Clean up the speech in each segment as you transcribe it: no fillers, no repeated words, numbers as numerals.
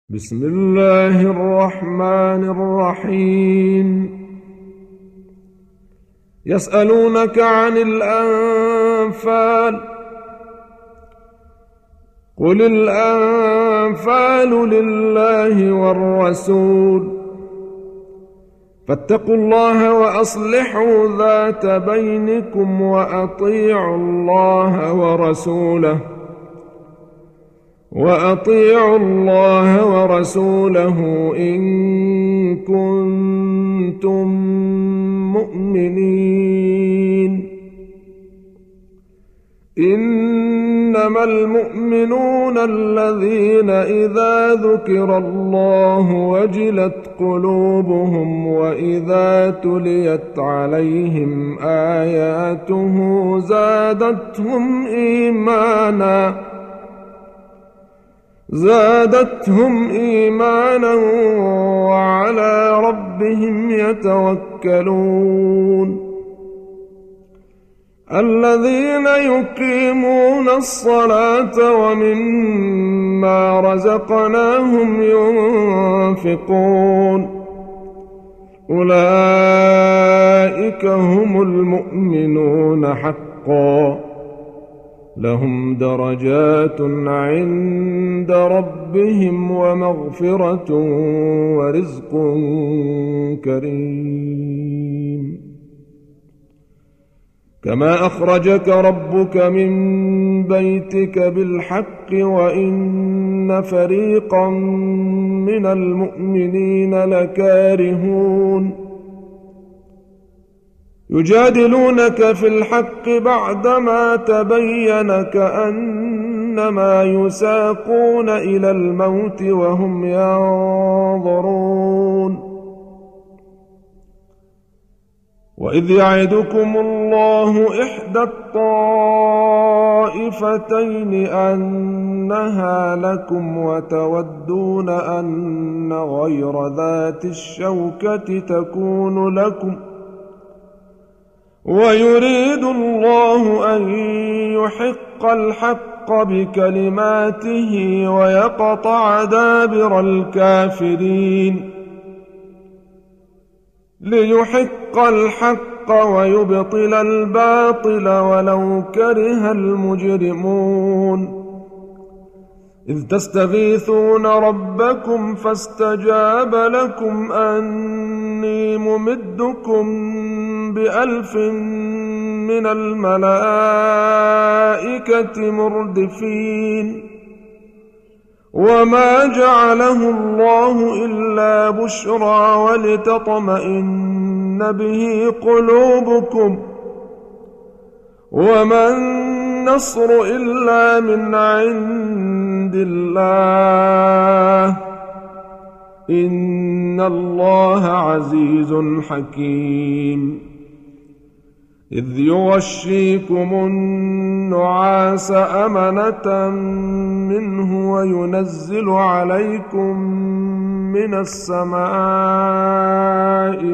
بسم الله الرحمن الرحيم. يسألونك عن الأنفال، قل الأنفال لله والرسول، فاتقوا الله وأصلحوا ذات بينكم وأطيعوا الله ورسوله إن كنتم مؤمنين. إنما المؤمنون الذين إذا ذكر الله وجلت قلوبهم وإذا تليت عليهم آياته زادتهم إيمانا وعلى ربهم يتوكلون. الذين يقيمون الصلاة ومما رزقناهم ينفقون، أولئك هم المؤمنون حقا، لهم درجات عند ربهم ومغفرة ورزق كريم. كما أخرجك ربك من بيتك بالحق وإن فريقا من المؤمنين لكارهون. يجادلونك في الحق بعدما تبين كأنما يساقون إلى الموت وهم ينظرون. وإذ يعدكم الله إحدى الطائفتين أنها لكم وتودون أن غير ذات الشوكة تكون لكم، ويريد الله أن يحق الحق بكلماته ويقطع دابر الكافرين، ليحق الحق ويبطل الباطل ولو كره المجرمون. إذ تستغيثون ربكم فاستجاب لكم أني ممدكم ب1000 من الملائكة مردفين. وما جعله الله إلا بشرى ولتطمئن به قلوبكم، وما النصر إلا من عند الله، إن الله عزيز حكيم. إذ يغشيكم النعاس أمنة منه وينزل عليكم من السماء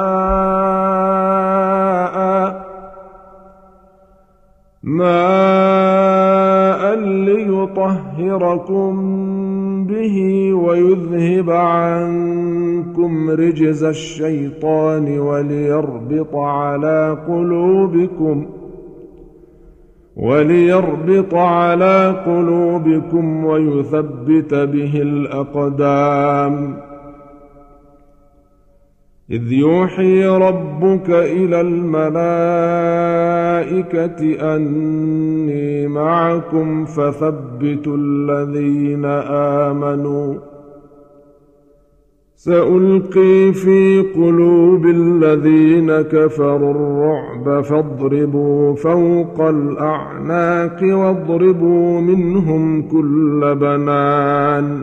ماء ليطهركم به ويذهب عنكم رجز الشيطان وليربط على قلوبكم ويثبت به الأقدام. إذ يوحي ربك إلى الملائكة أني معكم فثبتوا الذين آمنوا، سألقي في قلوب الذين كفروا الرعب فاضربوا فوق الأعناق واضربوا منهم كل بنان.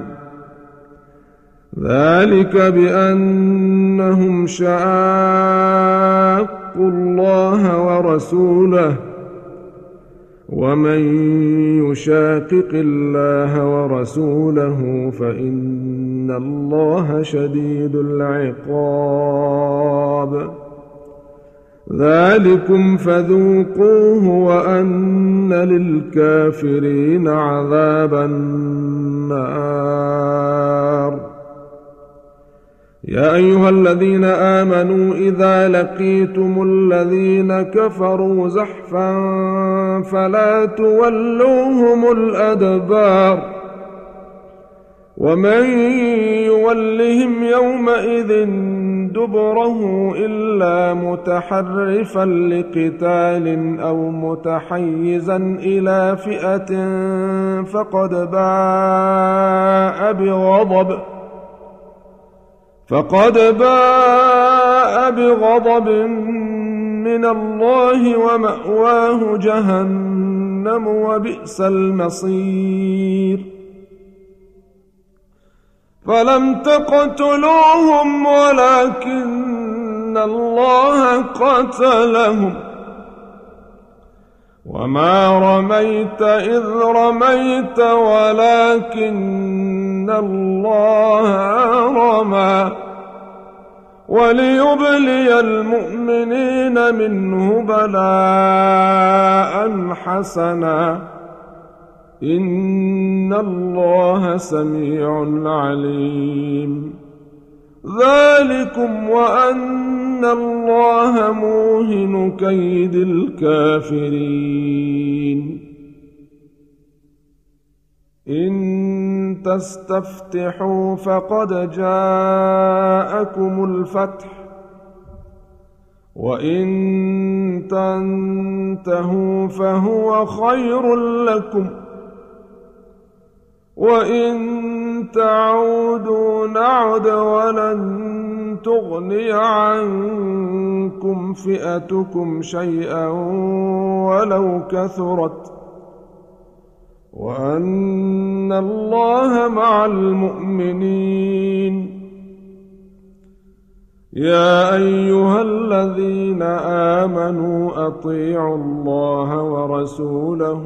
ذلك بأنهم شاقوا الله ورسوله، ومن يشاقق الله ورسوله فإن الله شديد العقاب. ذلكم فذوقوه وأن للكافرين عذاب النار. يا أيها الذين آمنوا إذا لقيتم الذين كفروا زحفا فلا تولوهم الأدبار ومن يولهم يومئذ دبره إلا متحرفا لقتال أو متحيزا إلى فئة فقد باء بغضب من الله ومأواه جهنم وبئس المصير فلم تقتلوهم ولكن الله قتلهم وما رميت إذ رميت ولكن الله رمى وليبلي المؤمنين منه بلاء حسنا إن الله سميع عليم ذلكم وأن الله موهن كيد الكافرين إن تستفتحوا فقد جاءكم الفتح وإن تنتهوا فهو خير لكم وإن تعودوا نعد ولن تغني عنكم فئتكم شيئا ولو كثرت وأن الله مع المؤمنين يا أيها الذين آمنوا أطيعوا الله ورسوله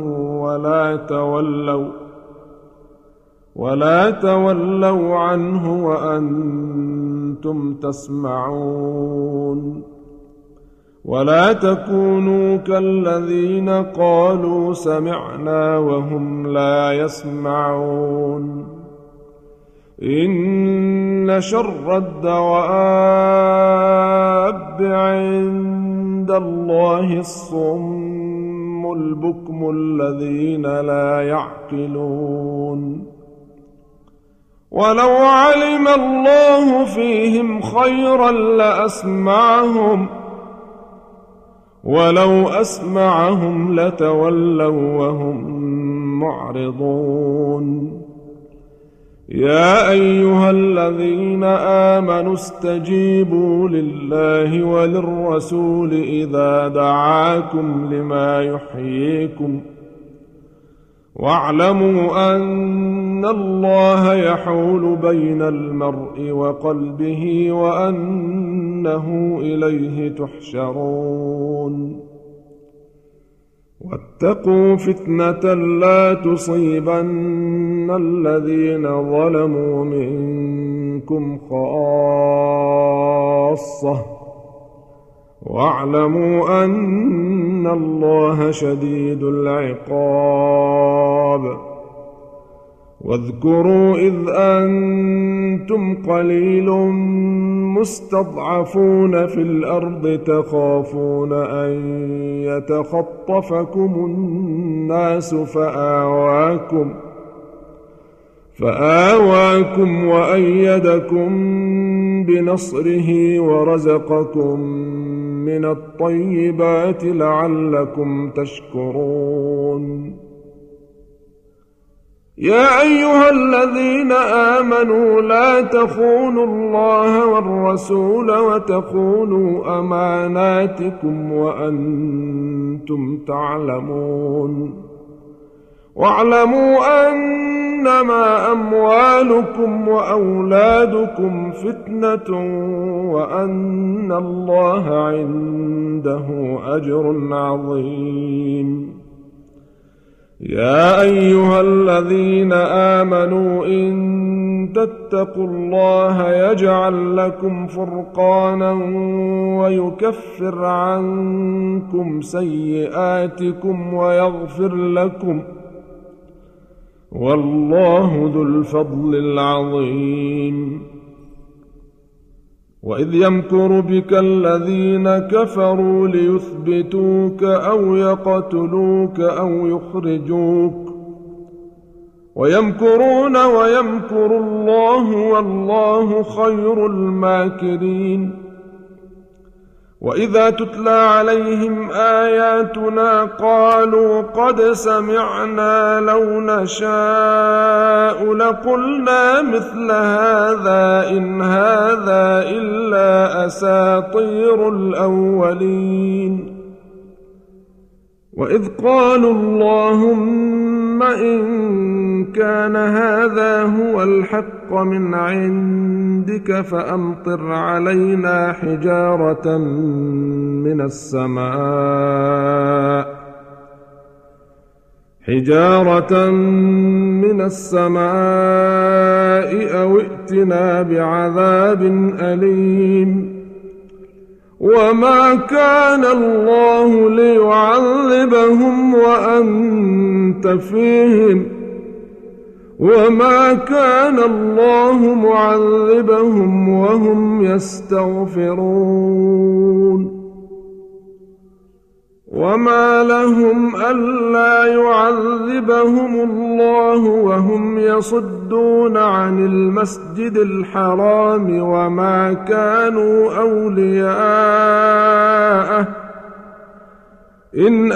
ولا تولوا عنه وأنتم تسمعون ولا تكونوا كالذين قالوا سمعنا وهم لا يسمعون إن شر الدواب عند الله الصم البكم الذين لا يعقلون ولو علم الله فيهم خيرا لأسمعهم ولو أسمعهم لتولوا وهم معرضون يا أيها الذين آمنوا استجيبوا لله وللرسول إذا دعاكم لما يحييكم واعلموا أن الله يحول بين المرء وقلبه وأنه إليه تحشرون واتقوا فتنة لا تصيبن الذين ظلموا منكم خاصة واعلموا أن الله شديد العقاب واذكروا إذ أنتم قليل مستضعفون في الأرض تخافون أن يتخطفكم الناس فآواكم وأيدكم بنصره ورزقكم من الطيبات لعلكم تشكرون يا أيها الذين آمنوا لا تخونوا الله والرسول وتخونوا أماناتكم وأنتم تعلمون واعلموا أنما أموالكم وأولادكم فتنة وأن الله عنده أجر عظيم يا أيها الذين آمنوا إن تتقوا الله يجعل لكم فرقانا ويكفر عنكم سيئاتكم ويغفر لكم والله ذو الفضل العظيم وإذ يمكر بك الذين كفروا ليثبتوك أو يقتلوك أو يخرجوك ويمكرون ويمكر الله والله خير الماكرين. وإذا تتلى عليهم آياتنا قالوا قد سمعنا لو نشاء لقلنا مثل هذا إن هذا إلا أساطير الأولين. وإذ قالوا اللهم إن كان هذا هو الحق من عندك فأمطر علينا حجارة من السماء أو ائتنا بعذاب أليم. وما كان الله ليعذبهم وأنت فيهم وما كان الله معذبهم وهم يستغفرون. وما لهم ألا يعذبهم الله وهم يصدون عن المسجد الحرام وما كانوا أولياءه إن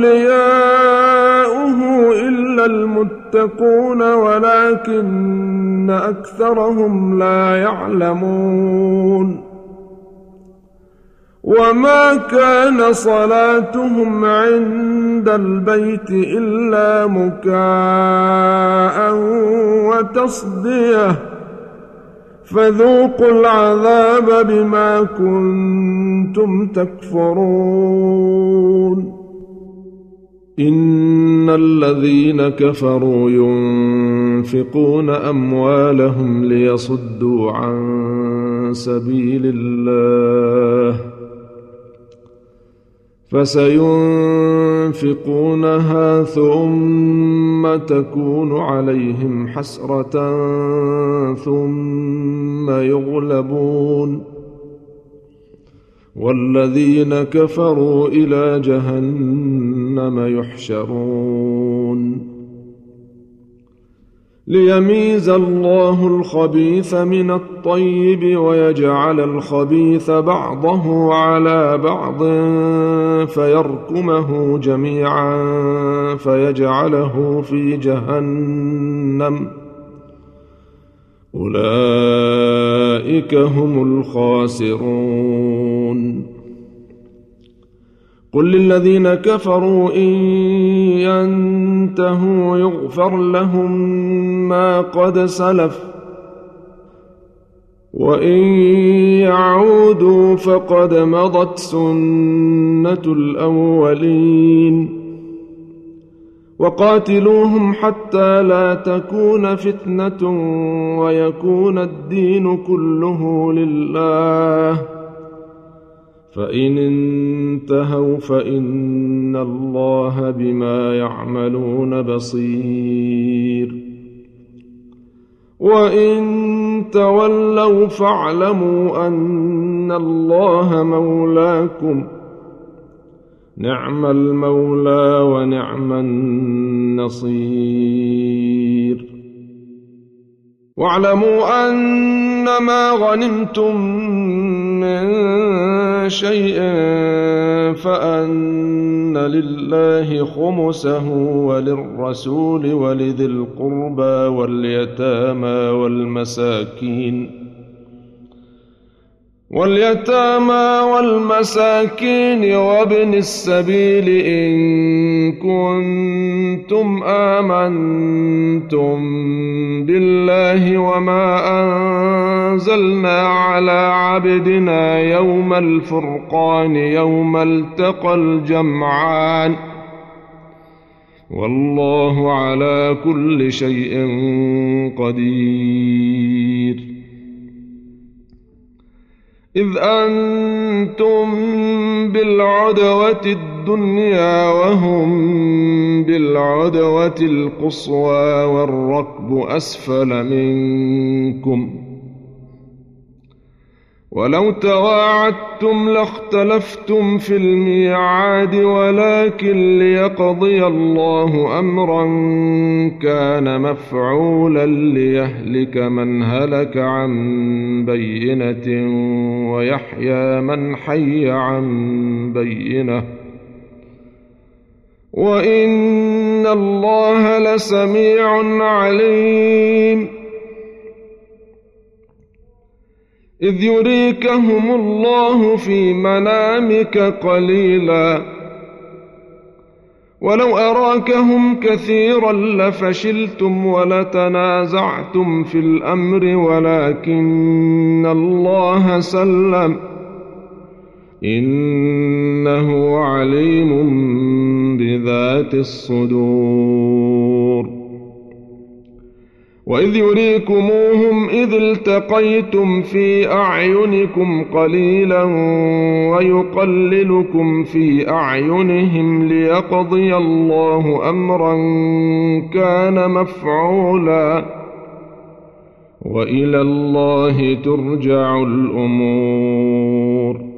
أولياؤه إلا المتقون ولكن أكثرهم لا يعلمون. وما كان صلاتهم عند البيت إلا مكاء وتصدية فذوقوا العذاب بما كنتم تكفرون. إن الذين كفروا ينفقون أموالهم ليصدوا عن سبيل الله فسينفقونها ثم تكون عليهم حسرة ثم يغلبون والذين كفروا إلى جهنم يحشرون. ليميز الله الخبيث من الطيب ويجعل الخبيث بعضه على بعض فيركمه جميعا فيجعله في جهنم أولئك هم الخاسرون. قل للذين كفروا إن ينتهوا يغفر لهم ما قد سلف وإن يعودوا فقد مضت سنة الأولين. وقاتلوهم حتى لا تكون فتنة ويكون الدين كله لله فإن انتهوا فإن الله بما يعملون بصير. وإن تولوا فاعلموا أن الله مولاكم نعم المولى ونعم النصير. واعلموا أنما غنمتم من شيء فأن لله خمسه وللرسول ولذي القربى واليتامى والمساكين وابن السبيل إن كنتم آمنتم بالله وما أنزلنا على عبدنا يوم الفرقان يوم التقى الجمعان والله على كل شيء قدير. إذ أنتم بالعدوة الدنيا وهم بالعدوة القصوى والركب أسفل منكم ولو تواعدتم لاختلفتم في الميعاد ولكن ليقضي الله أمرا كان مفعولا ليهلك من هلك عن بينة ويحيى من حي عن بينة وإن الله لسميع عليم. إذ يريكهم الله في منامك قليلا ولو أراكهم كثيرا لفشلتم ولتنازعتم في الأمر ولكن الله سلم إنه عليم بذات الصدور. وإذ يريكموهم إذ التقيتم في أعينكم قليلا ويقللكم في أعينهم ليقضي الله أمرا كان مفعولا وإلى الله ترجع الأمور.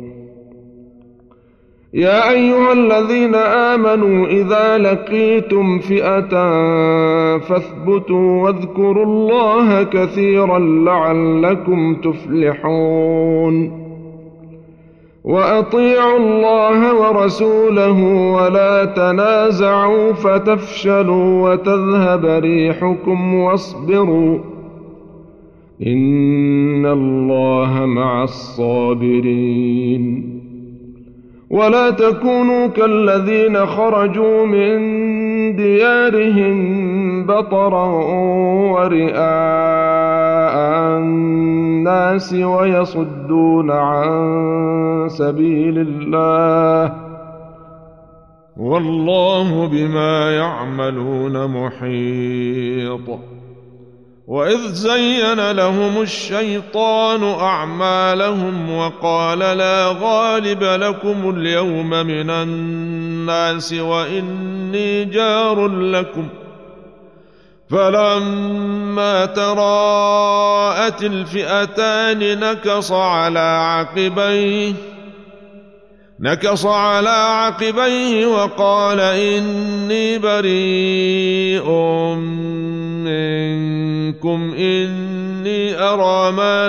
يا أيها الذين آمنوا إذا لقيتم فئة فاثبتوا واذكروا الله كثيرا لعلكم تفلحون. وأطيعوا الله ورسوله ولا تنازعوا فتفشلوا وتذهب ريحكم واصبروا إن الله مع الصابرين. ولا تكونوا كالذين خرجوا من ديارهم بطرا ورئاء الناس ويصدون عن سبيل الله والله بما يعملون محيط. وإذ زين لهم الشيطان أعمالهم وقال لا غالب لكم اليوم من الناس وإني جار لكم فلما تراءت الفئتان نكص على عقبيه وقال إني بريء منكم إني أرى ما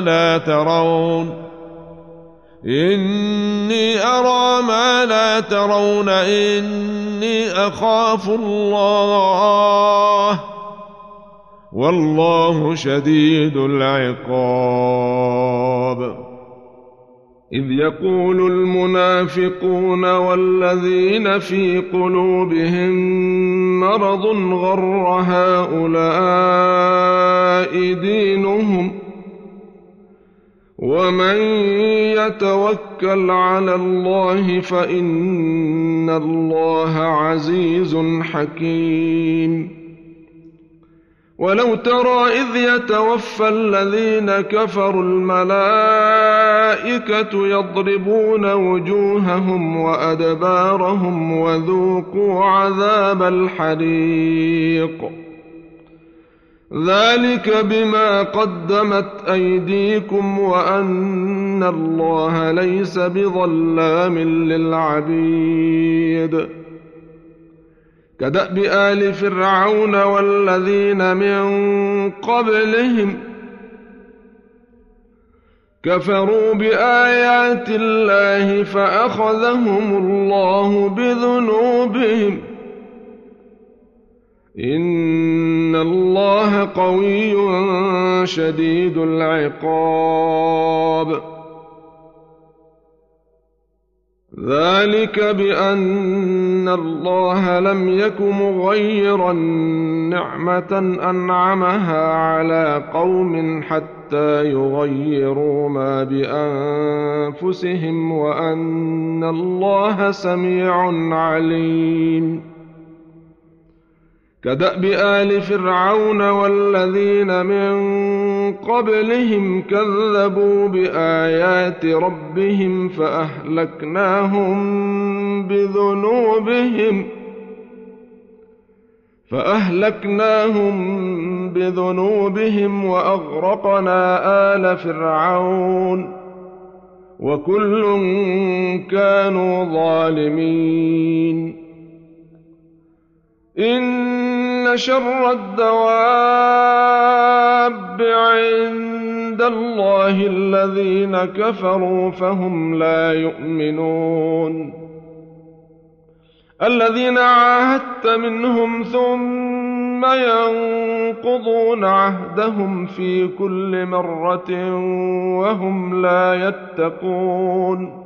لا ترون إني أخاف الله والله شديد العقاب. إذ يقول المنافقون والذين في قلوبهم مرض غر هؤلاء دينهم ومن يتوكل على الله فإن الله عزيز حكيم. ولو ترى إذ يتوفى الذين كفروا الملائكة يضربون وجوههم وأدبارهم وذوقوا عذاب الحريق ذلك بما قدمت أيديكم وأن الله ليس بظلام للعبيد. كدأب آل فرعون والذين من قبلهم كفروا بآيات الله فأخذهم الله بذنوبهم إن الله قوي شديد العقاب. ذلك بأن الله لم يك مغيرا نعمة أنعمها على قوم حتى يغيروا ما بأنفسهم وأن الله سميع عليم. كدأب آل فرعون والذين من قبلهم كذبوا بآيات ربهم فأهلكناهم بذنوبهم وأغرقنا آل فرعون وكل كانوا ظالمين. إن شر الدواب عند الله الذين كفروا فهم لا يؤمنون. الذين عاهدت منهم ثم ينقضون عهدهم في كل مرة وهم لا يتقون.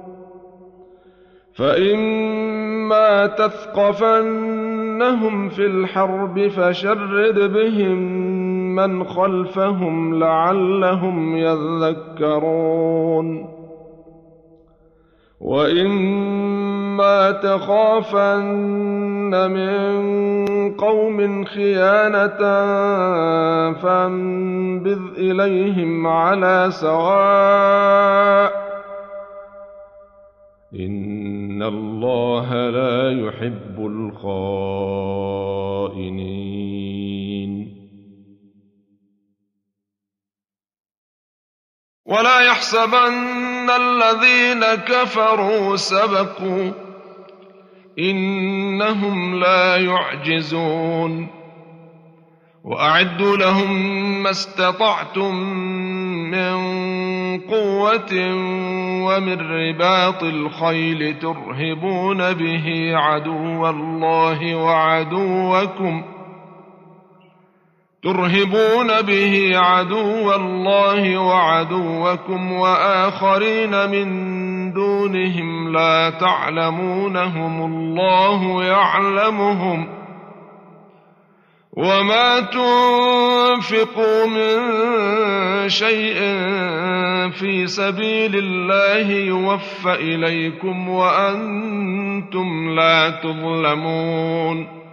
فإما تثقفنهم في الحرب فشرد بهم من خلفهم لعلهم يذكرون. وإما تخافن من قوم خيانة فانبذ إليهم على سواء إن الله لا يحب الخائنين. ولا يحسبن الذين كفروا سبقوا إنهم لا يعجزون. وأعدوا لهم ما استطعتم من قوة ومن رباط الخيل ترهبون به عدو الله وعدوكم وآخرين من دونهم لا تعلمونهم الله يعلمهم. وما تنفقوا من شيء في سبيل الله يوفى إليكم وأنتم لا تظلمون.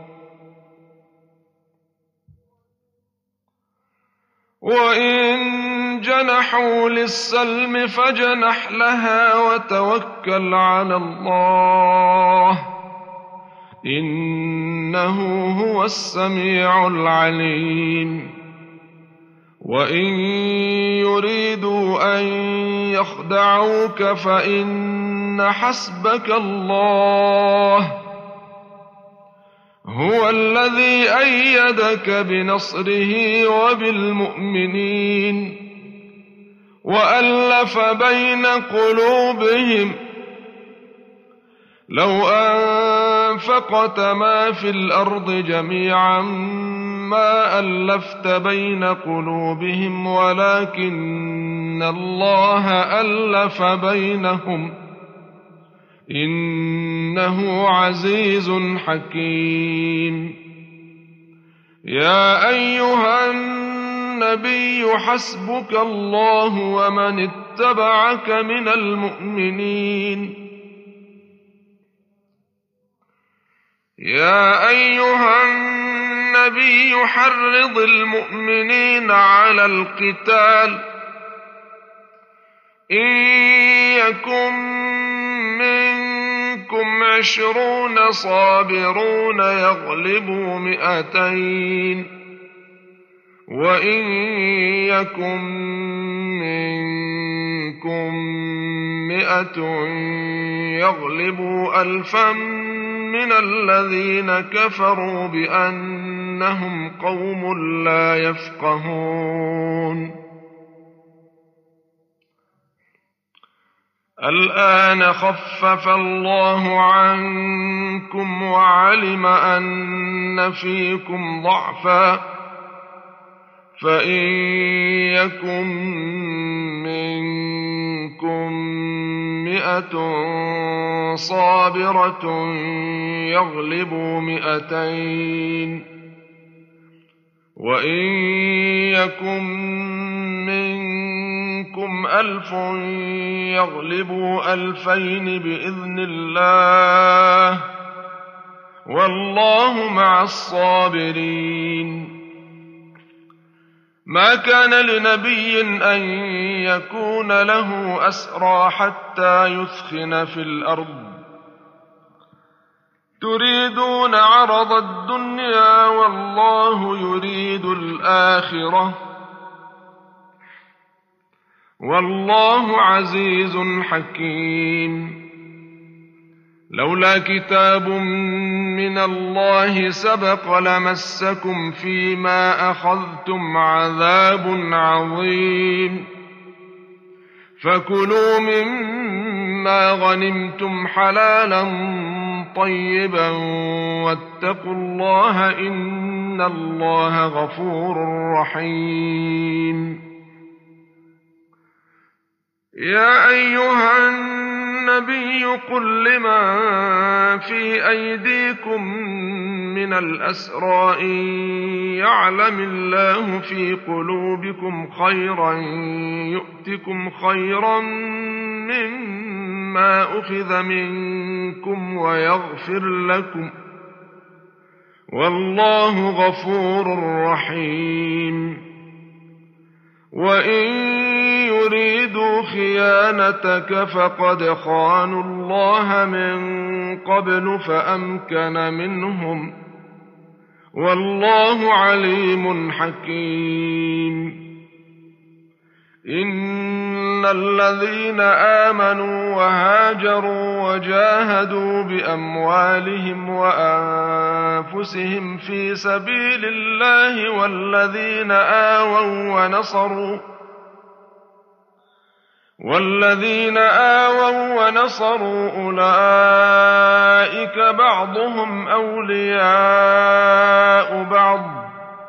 وإن جنحوا للسلم فاجنح لها وتوكل على الله إنه هو السميع العليم. وإن يريدوا أن يخدعوك فإن حسبك الله هو الذي أيدك بنصره وبالمؤمنين وألف بين قلوبهم لو أنفقت ما في الأرض جميعا ما ألفت بين قلوبهم ولكن الله ألف بينهم إنه عزيز حكيم. يا أيها النبي حسبك الله ومن اتبعك من المؤمنين. يا أيها النبي حرض المؤمنين على القتال إن يكن منكم 20 صابرون يغلبوا 200 وإن يكن منكم 100 يغلبوا 1000 من الذين كفروا بأنهم قوم لا يفقهون. الآن خفف الله عنكم وعلم أن فيكم ضعفا فإن يكن منكم 100 صابرة يغلبوا 200 وإن يكن منكم 1000 يغلبوا 2000 بإذن الله والله مع الصابرين. ما كان لنبي أن يكون له أسرى حتى يثخن في الأرض تريدون عرض الدنيا والله يريد الآخرة والله عزيز حكيم. لولا كتاب من الله سبق لمسكم فيما أخذتم عذاب عظيم. فكلوا مما غنمتم حلالا طيبا واتقوا الله إن الله غفور رحيم. يا أيها النبي قل لمن في أيديكم من الأسرى إن يعلم الله في قلوبكم خيرا يؤتكم خيرا مما أخذ منكم ويغفر لكم والله غفور رحيم. وإن يريدوا خيانتك فقد خانوا الله من قبل فأمكن منهم والله عليم حكيم. إن الذين آمنوا وهاجروا وجاهدوا بأموالهم وأنفسهم في سبيل الله والذين آووا ونصروا أولئك بعضهم أولياء بعض.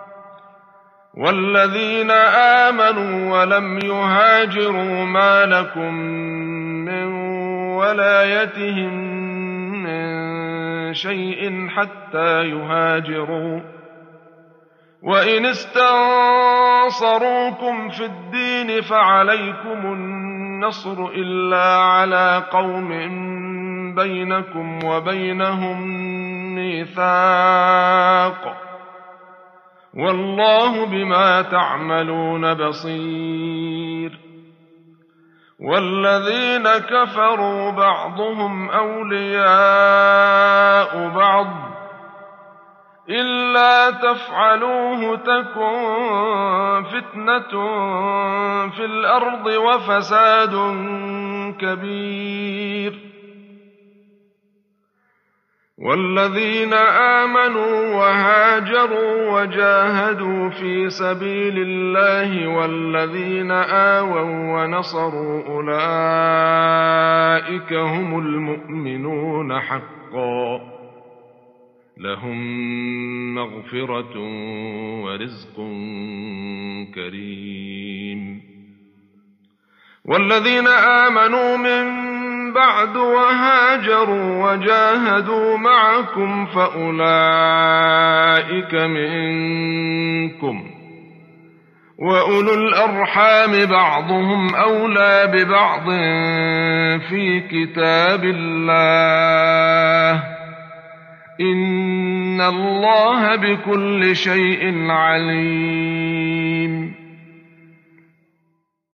والذين آمنوا ولم يهاجروا ما لكم من ولايتهم من شيء حتى يهاجروا. وإن استنصروكم في الدين فعليكم النصر إلا على قوم بينكم وبينهم ميثاق والله بما تعملون بصير. والذين كفروا بعضهم أولياء بعض إلا تفعلوه تكن فتنة في الأرض وفساد كبير. والذين آمنوا وهاجروا وجاهدوا في سبيل الله والذين آووا ونصروا أولئك هم المؤمنون حقا لهم مغفرة ورزق كريم. والذين آمنوا من بعد وهاجروا وجاهدوا معكم فأولئك منكم وأولو الأرحام بعضهم أولى ببعض في كتاب الله إن الله بكل شيء عليم.